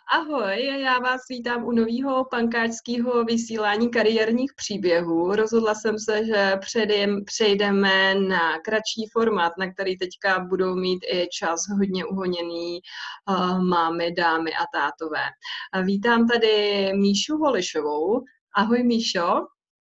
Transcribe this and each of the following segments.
Ahoj, já vás vítám u nového pankáčského vysílání kariérních příběhů. Rozhodla jsem se, že přejdeme na kratší formát, na který teďka budou mít i čas hodně uhoněný mámy, dámy a tátové. A vítám tady Míšu Holišovou. Ahoj Míšo.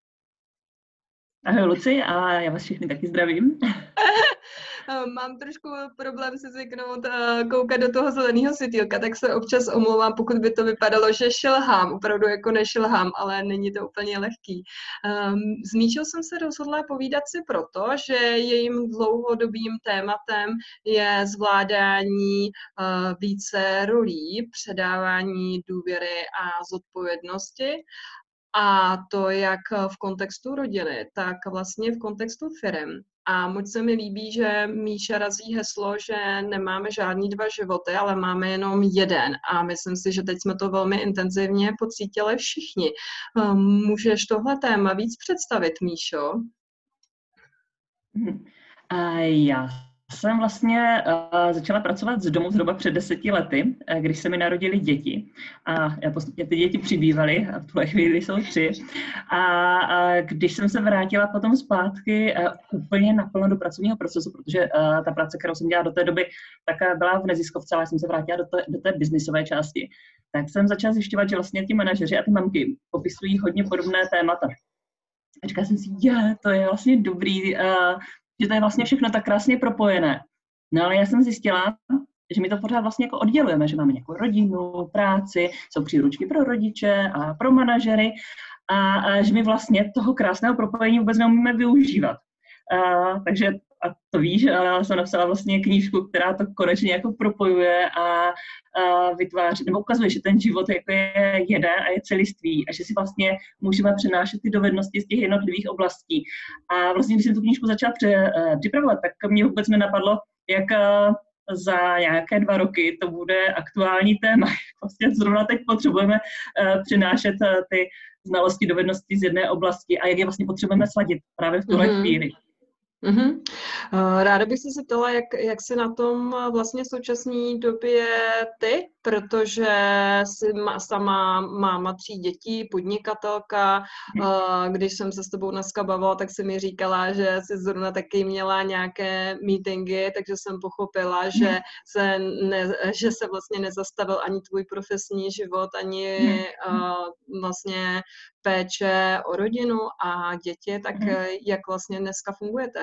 Ahoj Luci a já vás všichni taky zdravím. Mám trošku problém se zvyknout koukat do toho zeleného světýlka, tak se občas omlouvám, pokud by to vypadalo, že šilhám, opravdu jako nešilhám, ale není to úplně lehký. S Míšou jsem se rozhodla povídat si proto, že jejím dlouhodobým tématem je zvládání více rolí, předávání důvěry a zodpovědnosti. A to jak v kontextu rodiny, tak vlastně v kontextu firem. A moc se mi líbí, že Míša razí heslo, že nemáme žádný dva životy, ale máme jenom jeden. A myslím si, že teď jsme to velmi intenzivně pocítili všichni. Můžeš tohle téma víc představit, Míšo? Já jsem vlastně začala pracovat z domu zhruba před 10 lety, když se mi narodily děti. A postupně ty děti přibývaly, a v tuhle chvíli jsou 3. A když jsem se vrátila potom zpátky úplně naplno do pracovního procesu, protože ta práce, kterou jsem dělala do té doby, tak byla v neziskovce, ale jsem se vrátila do té biznisové části, tak jsem začala zjišťovat, že vlastně ti manažeři a ty mamky popisují hodně podobné témata. A říkala jsem si, to je vlastně dobrý, že to je vlastně všechno tak krásně propojené. No ale já jsem zjistila, že my to pořád vlastně jako oddělujeme, že máme nějakou rodinu, práci, jsou příručky pro rodiče a pro manažery a že my vlastně toho krásného propojení vůbec neumíme využívat. Takže a to víš, já jsem napsala vlastně knížku, která to konečně jako propojuje a vytváří, nebo ukazuje, že ten život jako je jeden a je celistvý a že si vlastně můžeme přenášet ty dovednosti z těch jednotlivých oblastí. A vlastně, když jsem tu knížku začala připravovat, tak mě vůbec nenapadlo, jak za nějaké 2 roky to bude aktuální téma. Vlastně zrovna teď potřebujeme přinášet ty znalosti, dovednosti z jedné oblasti a jak je vlastně potřebujeme sladit právě v tuhle chvíli. Mm-hmm. Ráda bych se zeptala, jak jsi na tom vlastně v současné době ty, protože jsi sama máma 3 dětí, podnikatelka. Když jsem se s tebou dneska bavila, tak jsi mi říkala, že jsi zrovna taky měla nějaké meetingy, takže jsem pochopila, že se vlastně nezastavil ani tvůj profesní život, ani vlastně péče o rodinu a děti, tak jak vlastně dneska fungujete?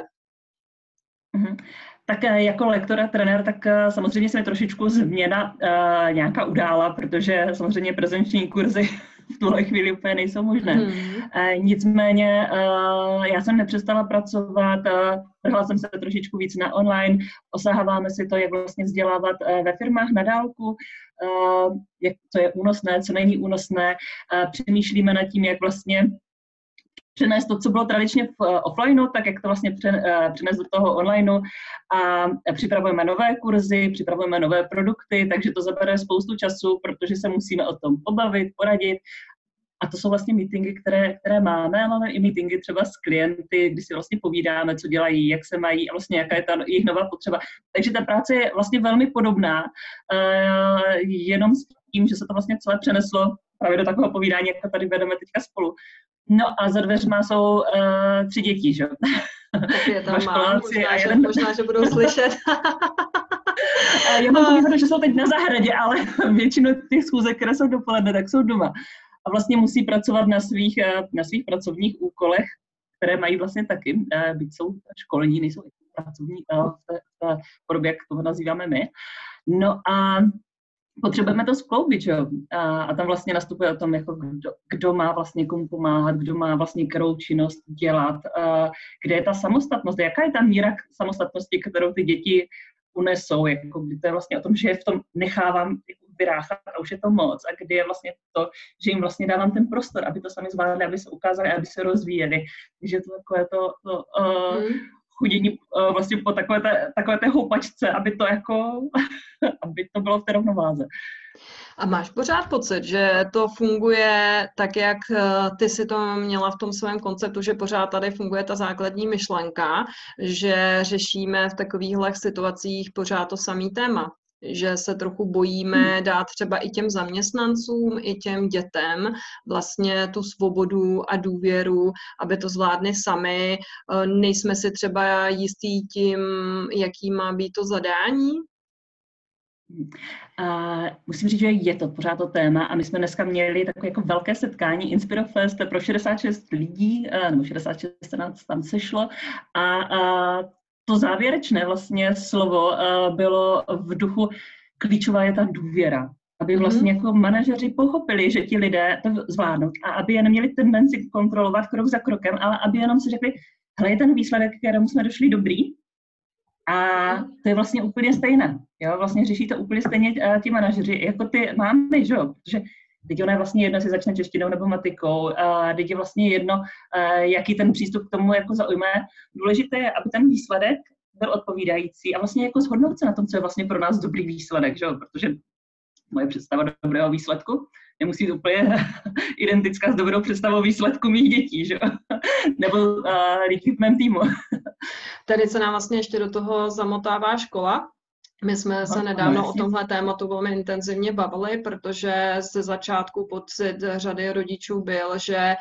Tak jako lektor a trenér, tak samozřejmě se mi trošičku změna nějaká udála, protože samozřejmě prezenční kurzy v tuhle chvíli úplně nejsou možné. Nicméně já jsem nepřestala pracovat, vrhla jsem se trošičku víc na online, osaháváme si to, jak vlastně vzdělávat ve firmách na dálku, co je únosné, co není únosné, přemýšlíme nad tím, jak vlastně přenést to, co bylo tradičně v offlineu, tak jak to vlastně přenést do toho onlineu a připravujeme nové kurzy, připravujeme nové produkty, takže to zabere spoustu času, protože se musíme o tom pobavit, poradit. A to jsou vlastně meetingy, které máme, máme i meetingy třeba s klienty, kdy si vlastně povídáme, co dělají, jak se mají a vlastně jaká je ta jejich nová potřeba. Takže ta práce je vlastně velmi podobná, jenom s tím, že se to vlastně celé přeneslo právě do takového povídání, jak to tady vedeme teďka spolu. No a za dveřma jsou 3 děti, že? Tak je tam možná, že budou slyšet. Já mám povídat, že jsou teď na zahradě, ale většinu těch schůzek, které jsou dopoledne, tak jsou doma. A vlastně musí pracovat na svých pracovních úkolech, které mají vlastně taky, byť jsou školní, nejsou pracovní v té podobě, jak toho nazýváme my. No a potřebujeme to skloubit, že jo? A tam vlastně nastupuje o tom, jako kdo má vlastně komu pomáhat, kdo má vlastně kterou činnost dělat, kde je ta samostatnost, jaká je ta míra samostatnosti, kterou ty děti unesou, jako kdy to je vlastně o tom, že je v tom nechávám vyráchat a už je to moc a kdy je vlastně to, že jim vlastně dávám ten prostor, aby to sami zvládli, aby se ukázali, aby se rozvíjeli. Takže to takové to chudění vlastně po takové té houpačce, aby to bylo v té rovnováze. A máš pořád pocit, že to funguje tak, jak ty si to měla v tom svém konceptu, že pořád tady funguje ta základní myšlenka, že řešíme v takovýchhle situacích pořád to samý téma? že se trochu bojíme dát třeba i těm zaměstnancům, i těm dětem vlastně tu svobodu a důvěru, aby to zvládli sami. Nejsme si třeba jistí tím, jaký má být to zadání? A musím říct, že je to pořád to téma a my jsme dneska měli takové jako velké setkání Inspirofest pro 66 lidí, nebo 66 se nás tam sešlo a to závěrečné vlastně slovo bylo v duchu klíčová je ta důvěra, aby vlastně jako manažeři pochopili, že ti lidé to zvládnou a aby je neměli tendenci kontrolovat krok za krokem, ale aby jenom si řekli, hele, je ten výsledek, kterému jsme došli dobrý, a to je vlastně úplně stejné. Jo? Vlastně řeší to úplně stejně ti manažeři, jako ty mámy, že jo? Protože teď ono je vlastně jedno, jestli začne češtinou nebo matikou, teď je vlastně jedno, jaký ten přístup k tomu jako zaujme. Důležité je, aby ten výsledek byl odpovídající a vlastně jako shodnout se na tom, co je vlastně pro nás dobrý výsledek, že jo? Protože moje představa dobrého výsledku nemusí být úplně identická s dobrou představou výsledku mých dětí, že? Nebo lidí v mém týmu. Tady se nám vlastně ještě do toho zamotává škola. My jsme se nedávno o tomhle tématu velmi intenzivně bavili, protože ze začátku pocit řady rodičů byl, že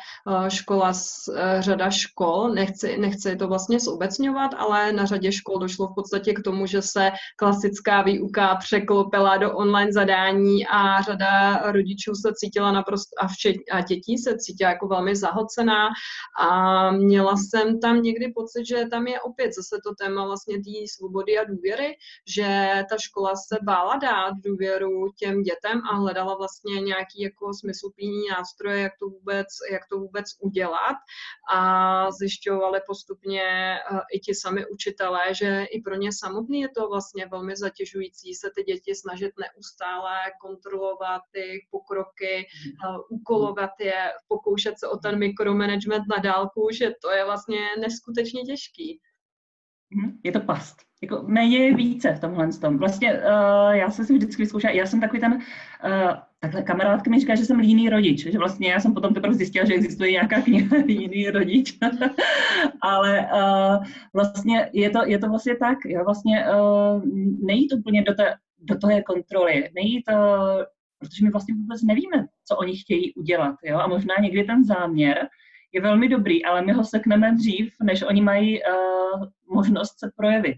řada škol, nechci to vlastně zobecňovat, ale na řadě škol došlo v podstatě k tomu, že se klasická výuka překlopila do online zadání a řada rodičů se cítila naprosto, a dětí se cítila jako velmi zahlcená a měla jsem tam někdy pocit, že tam je opět zase to téma vlastně té svobody a důvěry, že ta škola se bála dát důvěru těm dětem a hledala vlastně nějaký jako smysluplný nástroje, jak to vůbec udělat a zjišťovali postupně i ti sami učitelé, že i pro ně samotný je to vlastně velmi zatěžující se ty děti snažit neustále kontrolovat ty pokroky, úkolovat je, pokoušet se o ten mikromanagement na dálku, že to je vlastně neskutečně těžký. Je to past. Jako méně je více v tomhle tom. Vlastně já jsem si vždycky vyzkoušela, já jsem takový ten, takhle kamarádka mi říká, že jsem líný rodič, že vlastně já jsem potom teprve zjistila, že existuje nějaká kniha líný rodič, ale vlastně je to vlastně tak, jo, vlastně nejít úplně do té kontroly, nejít, protože my vlastně vůbec nevíme, co oni chtějí udělat, jo, a možná někdy ten záměr je velmi dobrý, ale my ho sekneme dřív, než oni mají možnost se projevit.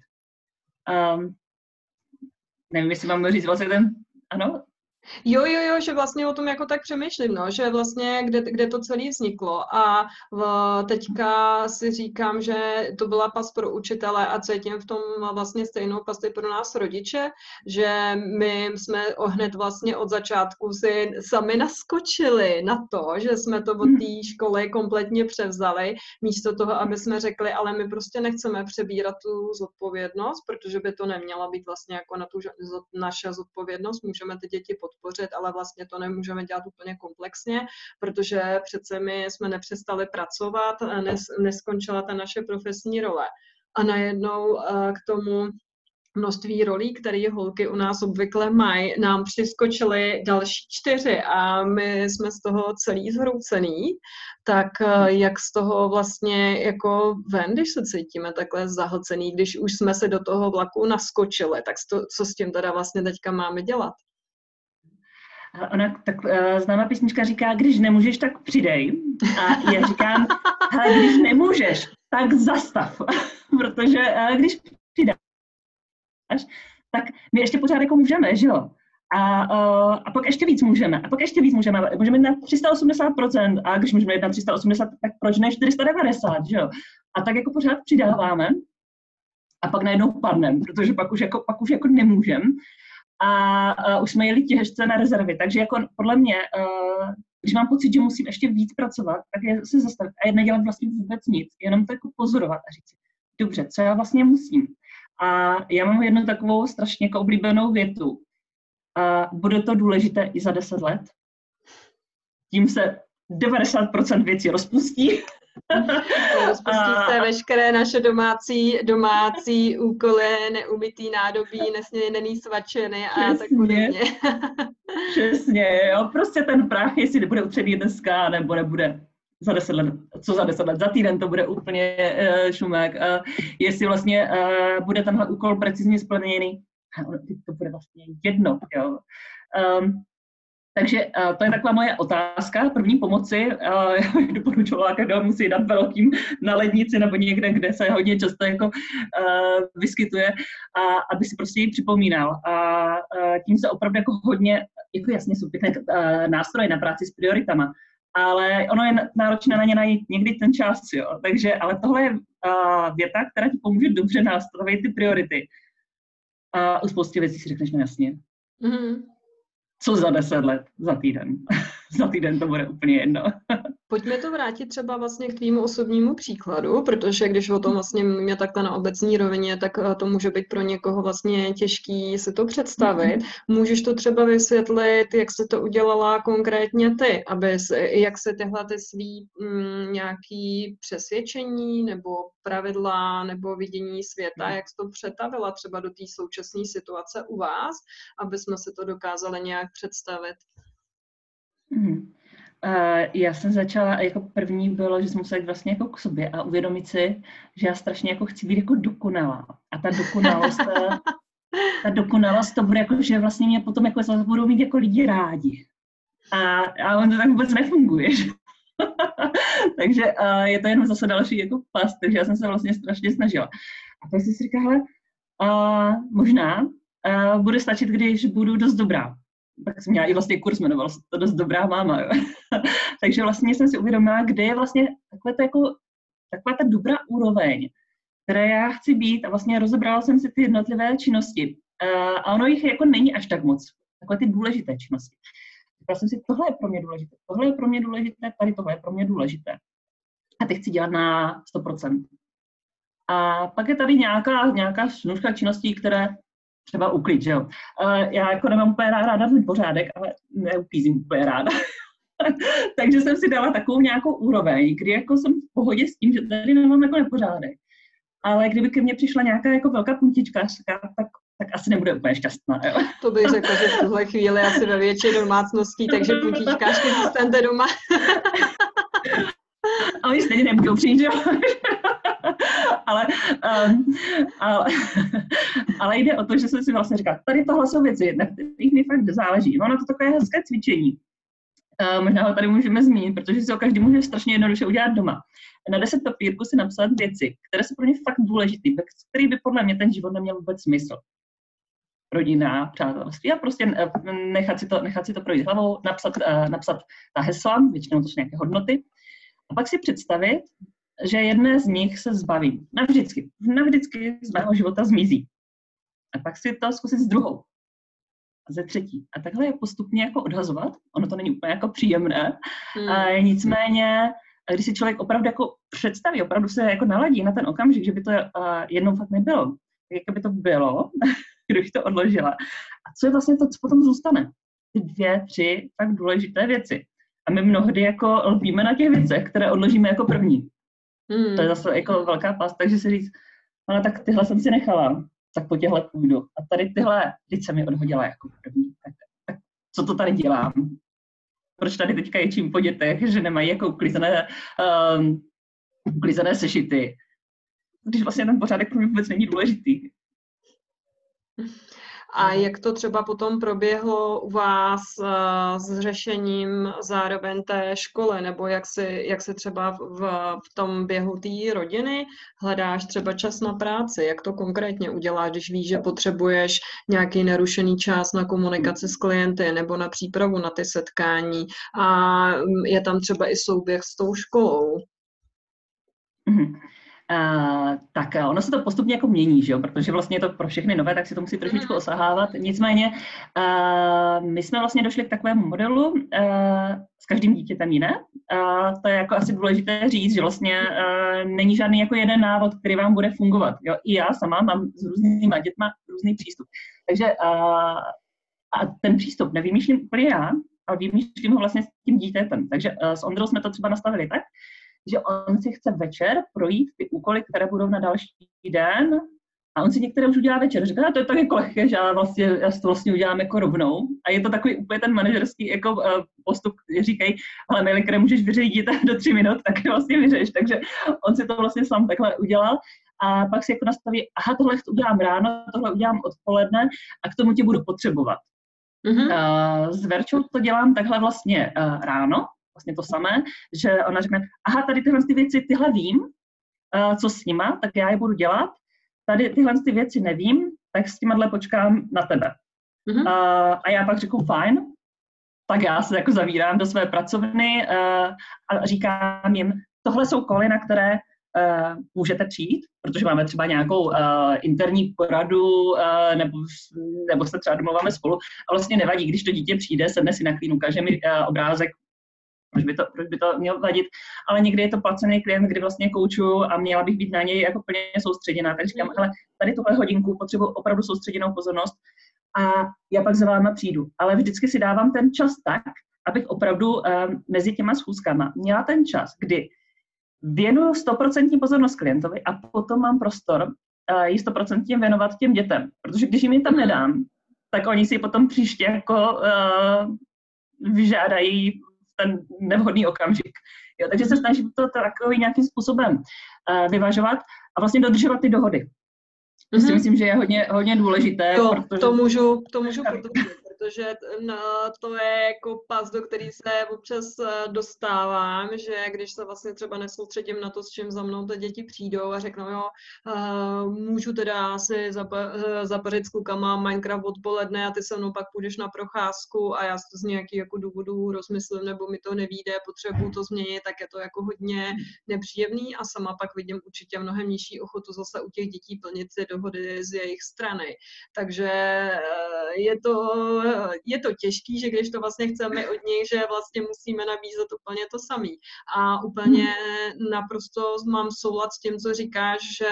Nevím, jestli mám říct vlastně ano? Jo, že vlastně o tom jako tak přemýšlím, no, že vlastně kde to celé vzniklo a teďka si říkám, že to byla past pro učitele a cítím v tom vlastně stejnou pasti pro nás rodiče, že my jsme hned vlastně od začátku si sami naskočili na to, že jsme to od té školy kompletně převzali, místo toho, aby jsme řekli, ale my prostě nechceme přebírat tu zodpovědnost, protože by to neměla být vlastně jako na tu naše zodpovědnost, můžeme ty děti podpořit, ale vlastně to nemůžeme dělat úplně komplexně, protože přece my jsme nepřestali pracovat, neskončila ta naše profesní role. A najednou k tomu množství rolí, které holky u nás obvykle mají, nám přiskočily další 4 a my jsme z toho celý zhroucený, tak jak z toho vlastně jako ven, když se cítíme takhle zahlcený, když už jsme se do toho vlaku naskočili, tak co s tím teda vlastně teďka máme dělat? Ona tak známá písnička říká, když nemůžeš, tak přidej. A já říkám, hele, když nemůžeš, tak zastav. Protože když přidáš, tak my ještě pořád jako můžeme, že jo? A pak ještě víc můžeme. A pak ještě víc můžeme. Můžeme jít na 380%. A když můžeme jít na 380, tak proč ne 490, že jo? A tak jako pořád přidáváme. A pak najednou padneme, protože pak už jako nemůžeme. A už jsme jeli těžce na rezervy, takže jako podle mě, když mám pocit, že musím ještě víc pracovat, tak je se zastavit a nedělat vlastně vůbec nic, jenom to jako pozorovat a říct si, dobře, co já vlastně musím. A já mám jednu takovou strašně jako oblíbenou větu. Bude to důležité i za 10 let. Tím se 90% věcí rozpustí. Rozpustí se veškeré naše domácí úkoly, neumytý nádobí, nesněný svačiny a tak podobně. Přesně, jo. Prostě ten prach, jestli nebude utřený dneska, nebo nebude za 10 let, co za 10 let, za týden to bude úplně šumek. Jestli vlastně bude tenhle úkol precizně splněný, A ono, to bude vlastně jedno, jo. Takže to je taková moje otázka, první pomoci. Já bych doporučovala, každého musí dát velkým na lednici nebo někde, kde se hodně často jako vyskytuje, a aby si prostě ji připomínal. A tím se opravdu jako hodně, jako jasně jsou pěkné nástroje na práci s prioritama, ale ono je náročné na ně najít někdy ten čas, jo. Takže, ale tohle je věta, která ti pomůže dobře nastavit ty priority. A u spousty věcí si řekneš, no jasně. Mm. Co za 10 let? Za týden. Za týden to bude úplně jedno. Pojďme to vrátit třeba vlastně k tvýmu osobnímu příkladu, protože když o tom vlastně mluvíme takhle na obecní rovině, tak to může být pro někoho vlastně těžký si to představit. Můžeš to třeba vysvětlit, jak jsi to udělala konkrétně ty, jak se tyhle ty svý nějaký přesvědčení nebo pravidla nebo vidění světa, jak jsi to přetavila třeba do té současné situace u vás, aby jsme si to dokázali nějak představit. Já jsem začala, jako první bylo, že jsem musela jít vlastně jako k sobě a uvědomit si, že já strašně jako chci být jako dokonalá. A ta dokonalost to bude jako, že vlastně mě potom jako budou mít jako lidi rádi. A on to tak vůbec nefunguje. Takže je to jenom zase další jako past, takže já jsem se vlastně strašně snažila. A pak jsem si říkala, možná bude stačit, když budu dost dobrá. Tak jsem měla i vlastně kurz, jmenoval se to Dost dobrá máma. Jo. Takže vlastně jsem si uvědomila, kde je vlastně taková ta dobrá úroveň, které já chci být, a vlastně rozebrala jsem si ty jednotlivé činnosti. A ono jich jako není až tak moc, takové ty důležité činnosti. Říkala jsem si, tohle je pro mě důležité, tohle je pro mě důležité, tady tohle je pro mě důležité. A teď chci dělat na 100%. A pak je tady nějaká snůžka činností, které třeba uklid, že jo. Já jako nemám úplně ráda ten pořádek, ale neuklízím úplně ráda. Takže jsem si dala takovou nějakou úroveň, kdy jako jsem v pohodě s tím, že tady nemám jako nepořádek. Ale kdyby ke mně přišla nějaká jako velká puntičkářka, tak asi nebude úplně šťastná, jo. To bych řekla, že v tuhle chvíli asi ve většině domácností, takže puntičkářky zůstaňte doma. A oni stejně nemůžou přijít, že jo. Ale jde o to, že jsem si vlastně říkala, tady tohle jsou věci, na kterých mi fakt záleží. Ono to takové hezké cvičení. Možná ho tady můžeme zmínit, protože si ho každý může strašně jednoduše udělat doma. Na 10 papírku si napsat věci, které jsou pro ně fakt důležité, bez kterých by podle mě ten život neměl vůbec smysl. Rodina, přátelství a prostě nechat si to projít hlavou, napsat ta hesla, většinou to jsou nějaké hodnoty, a pak si představit, že jedné z nich se zbavím. Navždycky z mého života zmizí. A pak si to zkusit s druhou. A ze třetí. A takhle je postupně jako odhazovat. Ono to není úplně jako příjemné. Nicméně, když si člověk opravdu jako představí, opravdu se jako naladí na ten okamžik, že by to jednou fakt nebylo. Tak jako by to bylo, když to odložila. A co je vlastně to, co potom zůstane? Ty 2, 3 tak důležité věci. A my mnohdy jako lpíme na těch věcech, které odložíme jako první. To je zase jako velká past, takže si říct, no tak tyhle jsem si nechala, tak po těhle půjdu. A tady tyhle, teď jsem je odhodila jako první. Tak co to tady dělám? Proč tady teďka ječím po dětech, že nemají jako uklizené sešity? Když vlastně ten pořádek pro mě vůbec není důležitý. A jak to třeba potom proběhlo u vás s řešením zároveň té školy, nebo jak se třeba v tom běhu té rodiny hledáš třeba čas na práci? Jak to konkrétně uděláš, když víš, že potřebuješ nějaký nerušený čas na komunikaci s klienty nebo na přípravu na ty setkání a je tam třeba i souběh s tou školou? Tak ono se to postupně jako mění, že jo? Protože vlastně je to pro všechny nové, tak si to musí trošičku osahávat. Nicméně my jsme vlastně došli k takovému modelu s každým dítětem jiné. To je jako asi důležité říct, že vlastně není žádný jako jeden návod, který vám bude fungovat. Jo? I já sama mám s různýma dětma různý přístup. Takže a ten přístup nevymýšlím úplně já, ale vymýšlím ho vlastně s tím dítětem. Takže s Ondrou jsme to třeba nastavili tak, že on si chce večer projít ty úkoly, které budou na další den, a on si některé už udělá večer. Říká, to je tak jako lehké, že já to vlastně udělám jako rovnou. A je to takový úplně ten manažerský jako postup, který říkají, ale maily, které můžeš vyřídit do 3 minut, tak je vlastně vyřeš. Takže on si to vlastně sám takhle udělal. a pak si jako nastaví, aha, tohle udělám ráno, tohle udělám odpoledne a k tomu tě budu potřebovat. S Verčou to dělám takhle vlastně ráno, vlastně to samé, že ona řekne, aha, tady tyhle ty věci, tyhle vím, co s nima, tak já je budu dělat, tady tyhle ty věci nevím, tak s tímhle počkám na tebe. A já pak řeknu, fajn, tak já se jako zavírám do své pracovny a říkám jim, tohle jsou koly, na které můžete přijít, protože máme třeba nějakou interní poradu nebo se třeba domluváme spolu a vlastně nevadí, když to dítě přijde, sedne si na klín, ukáže mi obrázek, proč by to mělo vadit, ale někdy je to placený klient, kdy vlastně koučuju a měla bych být na něj jako plně soustředěná, tak říkám, hele, tady tuhle hodinku potřebuji opravdu soustředěnou pozornost a já pak za váma přijdu, ale vždycky si dávám ten čas tak, abych opravdu mezi těma schůzkama měla ten čas, kdy věnuju 100% pozornost klientovi a potom mám prostor ji 100% věnovat těm dětem, protože když jim je tam nedám, tak oni si potom příště jako vyžádají ten nevhodný okamžik. Jo, takže se snažím to takový nějakým způsobem vyvažovat a vlastně dodržovat ty dohody. To si myslím, že je hodně důležité. Protože... To můžu potvrdit, protože to je jako pas, do který se občas dostávám, že když se vlastně třeba nesoustředím na to, s čím za mnou ty děti přijdou a řeknou, jo, můžu teda si zapařit s klukama Minecraft odpoledne a ty se mnou pak půjdeš na procházku a já si to z nějakých jako důvodů rozmyslím, nebo mi to nevyjde, potřebuju to změnit, tak je to jako hodně nepříjemný a sama pak vidím určitě mnohem nižší ochotu zase u těch dětí plnit si dohody z jejich strany. Takže je to těžký, že když to vlastně chceme od nich, že vlastně musíme nabízet úplně to samý. A úplně naprosto mám soulad s tím, co říkáš, že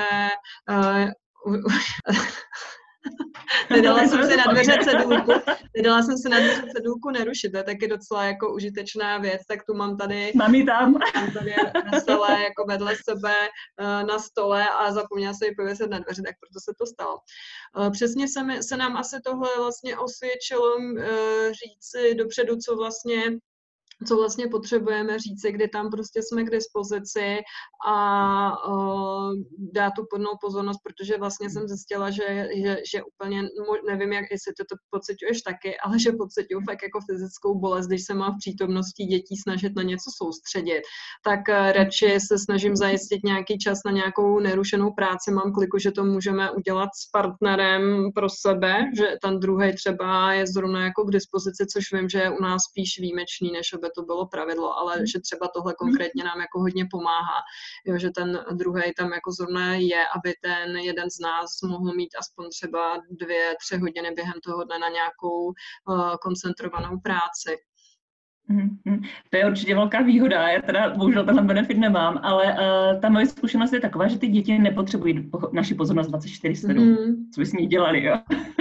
Nedala jsem si na dveře cedulku nerušit, to je taky docela jako užitečná věc, tak tu mám tady veselé jako vedle sebe na stole a zapomněla se ji pověsit na dveře, tak proto se to stalo. Přesně se nám asi tohle vlastně osvědčilo říci dopředu, co vlastně potřebujeme říci, kdy tam prostě jsme k dispozici a dát tu plnou pozornost, protože vlastně jsem zjistila, že úplně, nevím, jestli to pociťuješ taky, ale že pociťuju fakt jako fyzickou bolest, když se mám v přítomnosti dětí snažit na něco soustředit, tak radši se snažím zajistit nějaký čas na nějakou nerušenou práci, mám kliku, že to můžeme udělat s partnerem pro sebe, že ten druhý třeba je zrovna jako k dispozici, což vím, že je u nás spíš výjimečný, než aby to bylo pravidlo, ale že třeba tohle konkrétně nám jako hodně pomáhá, jo, že ten druhý tam jako zrovna je, aby ten jeden z nás mohl mít aspoň třeba 2-3 hodiny během toho dne na nějakou koncentrovanou práci. To je určitě velká výhoda, já teda bohužel tenhle benefit nemám, ale ta moje zkušenost je taková, že ty děti nepotřebují naši pozornost 24/7, co by s ní dělali, jo.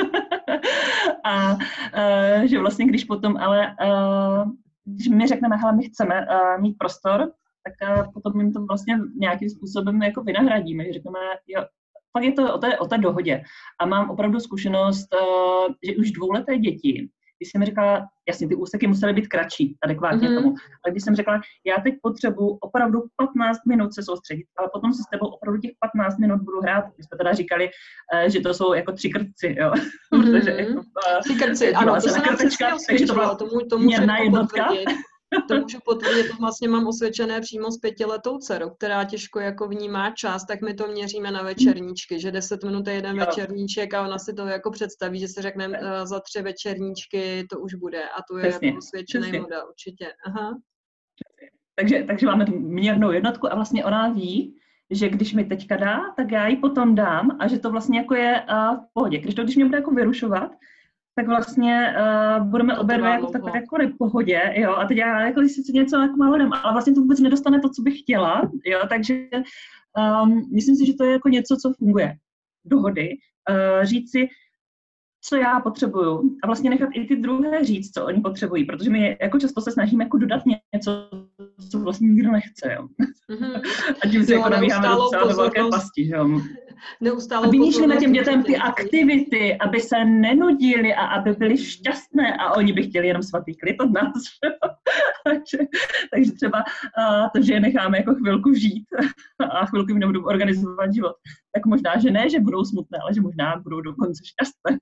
A že vlastně když potom, ale když my řekneme, hele, my chceme mít prostor, tak potom jim to vlastně nějakým způsobem jako vynahradíme, že řekneme, jo, pak je to o té dohodě. A mám opravdu zkušenost, že už 2leté děti, když jsem říkala, jasně, ty úseky musely být kratší, adekvátně tomu, ale když jsem řekla, já teď potřebuji opravdu 15 minut se soustředit, ale potom se s tebou opravdu těch 15 minut budu hrát. My jsme teda říkali, že to jsou jako 3 krtci, jo. Protože jako, 3 krtci, ano, to se nám přesně osvědčilo, to můžu potvrdit, to vlastně mám osvědčené přímo s 5letou dcerou, která těžko jako vnímá čas, tak my to měříme na večerníčky, že 10 minut je jeden večerníček a ona si to jako představí, že se řekne za 3 večerníčky to už bude a to je jako osvědčený model, určitě. Aha. Takže máme tu měrnou jednotku a vlastně ona ví, že když mi teďka dá, tak já ji potom dám a že to vlastně jako je v pohodě. Když mě bude jako vyrušovat, tak vlastně budeme obě dvě jako v takové jako nepohodě, jo, a teď já jako si něco jako málo dám, ale vlastně to vůbec nedostane to, co bych chtěla, jo, takže myslím si, že to je jako něco, co funguje. Dohody, říct si, co já potřebuju a vlastně nechat i ty druhé říct, co oni potřebují, protože my jako často se snažíme jako dodat něco, co vlastně nikdo nechce, jo. A tím se jako nabíháme docela do velké pasti, že jo. A vymýšlíme těm dětem ty aktivity, aby se nenudili a aby byli šťastné a oni by chtěli jenom svatý klid od nás. takže třeba to, že je necháme jako chvilku žít a chvilku jim nebudou organizovat život, tak možná, že ne, že budou smutné, ale že možná budou dokonce šťastné.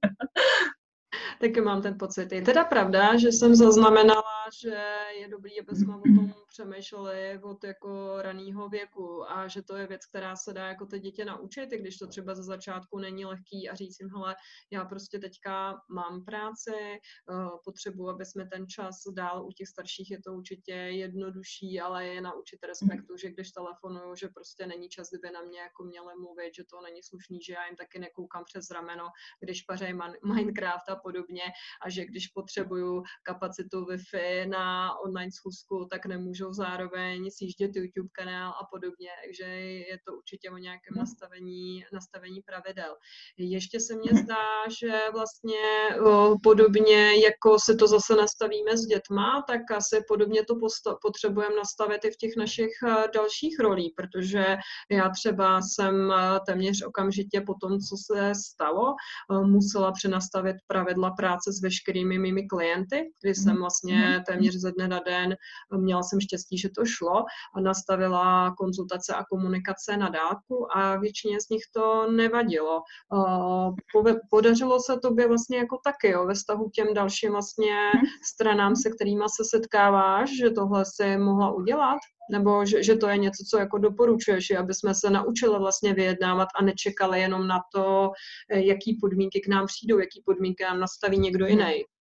Taky mám ten pocit. Je teda pravda, že jsem zaznamenala, že je dobrý, aby jsme o tom přemýšleli od jako raného věku a že to je věc, která se dá jako ty děti naučit, i když to třeba ze začátku není lehký a říct jim, hele, já prostě teďka mám práci, potřebuji, aby jsme ten čas dál, u těch starších je to určitě jednodušší, ale je naučit respektu, že když telefonuju, že prostě není čas, kdyby na mě jako měli mluvit, že to není slušný, že já jim taky nekoukám přes rameno, když pařejí Minecraft a podobně, a že když potřebuju kapacitu Wi-Fi na online schůzku, tak nemůžou zároveň sjíždět YouTube kanál a podobně, takže je to určitě o nějakém nastavení pravidel. Ještě se mně zdá, že vlastně podobně, jako se to zase nastavíme s dětma, tak asi podobně to potřebujeme nastavit i v těch našich dalších rolích, protože já třeba jsem téměř okamžitě po tom, co se stalo, musela přenastavit pravidla práce s veškerými mými klienty, kdy jsem vlastně téměř ze dne na den, měla jsem štěstí, že to šlo, a nastavila konzultace a komunikace na dálku a většině z nich to nevadilo. Podařilo se tobě vlastně jako taky, jo, ve vztahu k těm dalším vlastně stranám, se kterými se setkáváš, že tohle si mohla udělat? Nebo že to je něco, co jako doporučuješ, aby jsme se naučili vlastně vyjednávat a nečekali jenom na to, jaký podmínky k nám přijdou, jaký podmínky nám nastaví někdo jiný.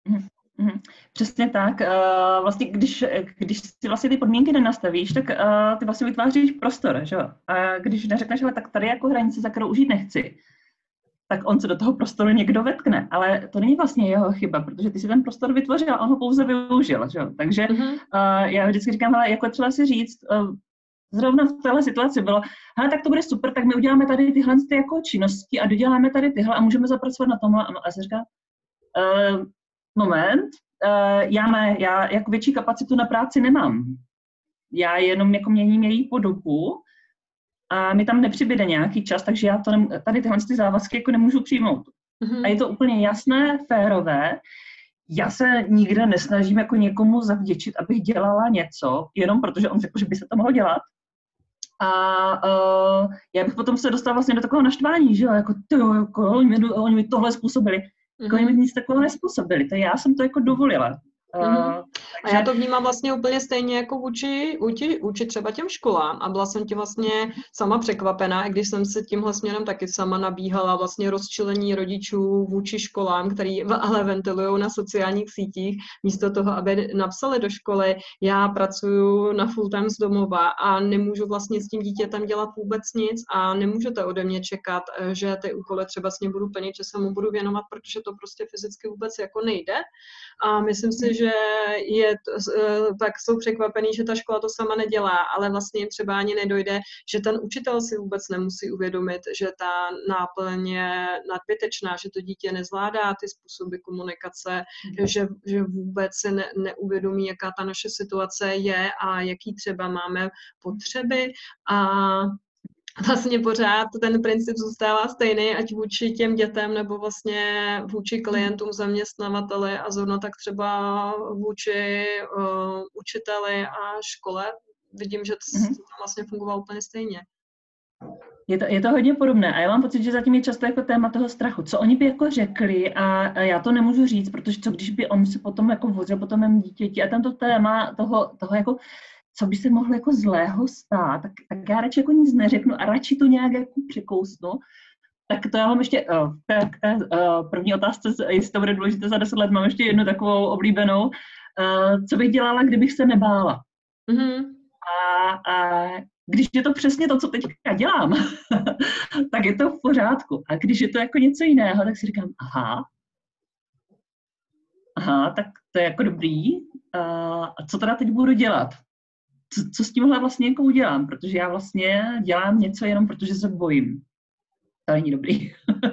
Přesně tak. Vlastně, když si vlastně ty podmínky nenastavíš, tak ty vlastně vytváříš prostor, že jo? A když neřekneš, ale tak tady jako hranice, za kterou užít nechci, tak on se do toho prostoru někdo vetkne. Ale to není vlastně jeho chyba, protože ty si ten prostor vytvořil a on ho pouze využil, že jo? Takže já vždycky říkám, ale jako třeba si říct, zrovna v téhle situaci bylo, hele, tak to bude super, tak my uděláme tady tyhle jako činnosti a doděláme tady tyhle a můžeme zapracovat na tomhle. A se říká, moment, já jako větší kapacitu na práci nemám. Já jenom jako měním její podobu a mi tam nepřibyde nějaký čas, takže já tady tyhle závazky jako nemůžu přijmout. A je to úplně jasné, férové. Já se nikde nesnažím jako někomu zavděčit, abych dělala něco, jenom protože on řekl, že by se to mohlo dělat. A já bych potom se dostala vlastně do takového naštvání, že jo, jako oni mi tohle způsobili. Jako jim nic takového nezpůsobili, to já jsem to jako dovolila. A já to vnímám vlastně úplně stejně jako vůči třeba těm školám a byla jsem tím vlastně sama překvapená, i když jsem se tímhle směrem taky sama nabíhala vlastně rozčilení rodičů vůči školám, který ale ventilujou na sociálních sítích, místo toho, aby napsali do školy, já pracuju na full time z domova a nemůžu vlastně s tím dítětem dělat vůbec nic a nemůžete ode mě čekat, že ty úkoly třeba s ním budu plnit, že se mu budu věnovat, protože to prostě fyzicky vůbec jako nejde. A myslím si, že tak jsou překvapený, že ta škola to sama nedělá, ale vlastně jim třeba ani nedojde, že ten učitel si vůbec nemusí uvědomit, že ta náplň je nadbytečná, že to dítě nezvládá ty způsoby komunikace, že vůbec se neuvědomí, jaká ta naše situace je a jaký třeba máme potřeby a vlastně pořád ten princip zůstává stejný, ať vůči těm dětem, nebo vlastně vůči klientům, zaměstnavateli a zrovna tak třeba vůči učiteli a škole. Vidím, že to vlastně fungovalo úplně stejně. Je to hodně podobné a já mám pocit, že zatím je často jako téma toho strachu. Co oni by jako řekli a já to nemůžu říct, protože co když by on se potom jako vozil po tom mém dítěti a tento téma toho jako co by se mohlo jako zlého stát, tak já radši jako nic neřeknu a radši to nějak jako překousnu. Tak to já mám ještě, k té první otázce, jestli to bude důležité za 10 let, mám ještě jednu takovou oblíbenou. Co bych dělala, kdybych se nebála? A když je to přesně to, co teďka dělám, tak je to v pořádku. A když je to jako něco jiného, tak si říkám, aha, tak to je jako dobrý. A co teda teď budu dělat? Co s tímhle vlastně jako udělám, protože já vlastně dělám něco jenom protože se bojím. To není dobrý.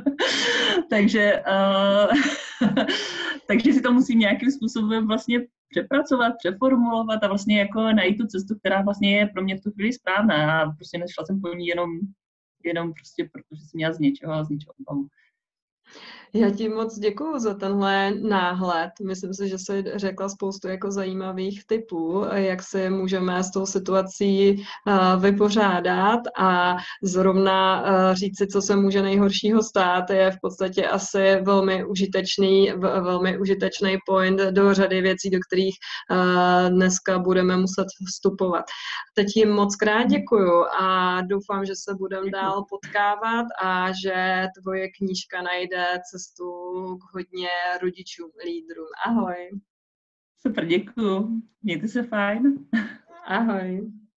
takže si to musím nějakým způsobem vlastně přepracovat, přeformulovat a vlastně jako najít tu cestu, která vlastně je pro mě v tu chvíli správná. A prostě nešla jsem po ní jenom prostě protože jsem měla z něčeho obavu. Já ti moc děkuju za tenhle náhled. Myslím si, že jsi řekla spoustu jako zajímavých tipů, jak si můžeme s tou situací vypořádat a zrovna říct si, co se může nejhoršího stát, je v podstatě asi velmi užitečný point do řady věcí, do kterých dneska budeme muset vstupovat. Teď jim moc krát děkuju a doufám, že se budeme Děkuji. dál potkávat a že tvoje knížka najde cestu k hodně rodičům, lídrům. Ahoj. Super, děkuju. Mějte se fajn. Ahoj.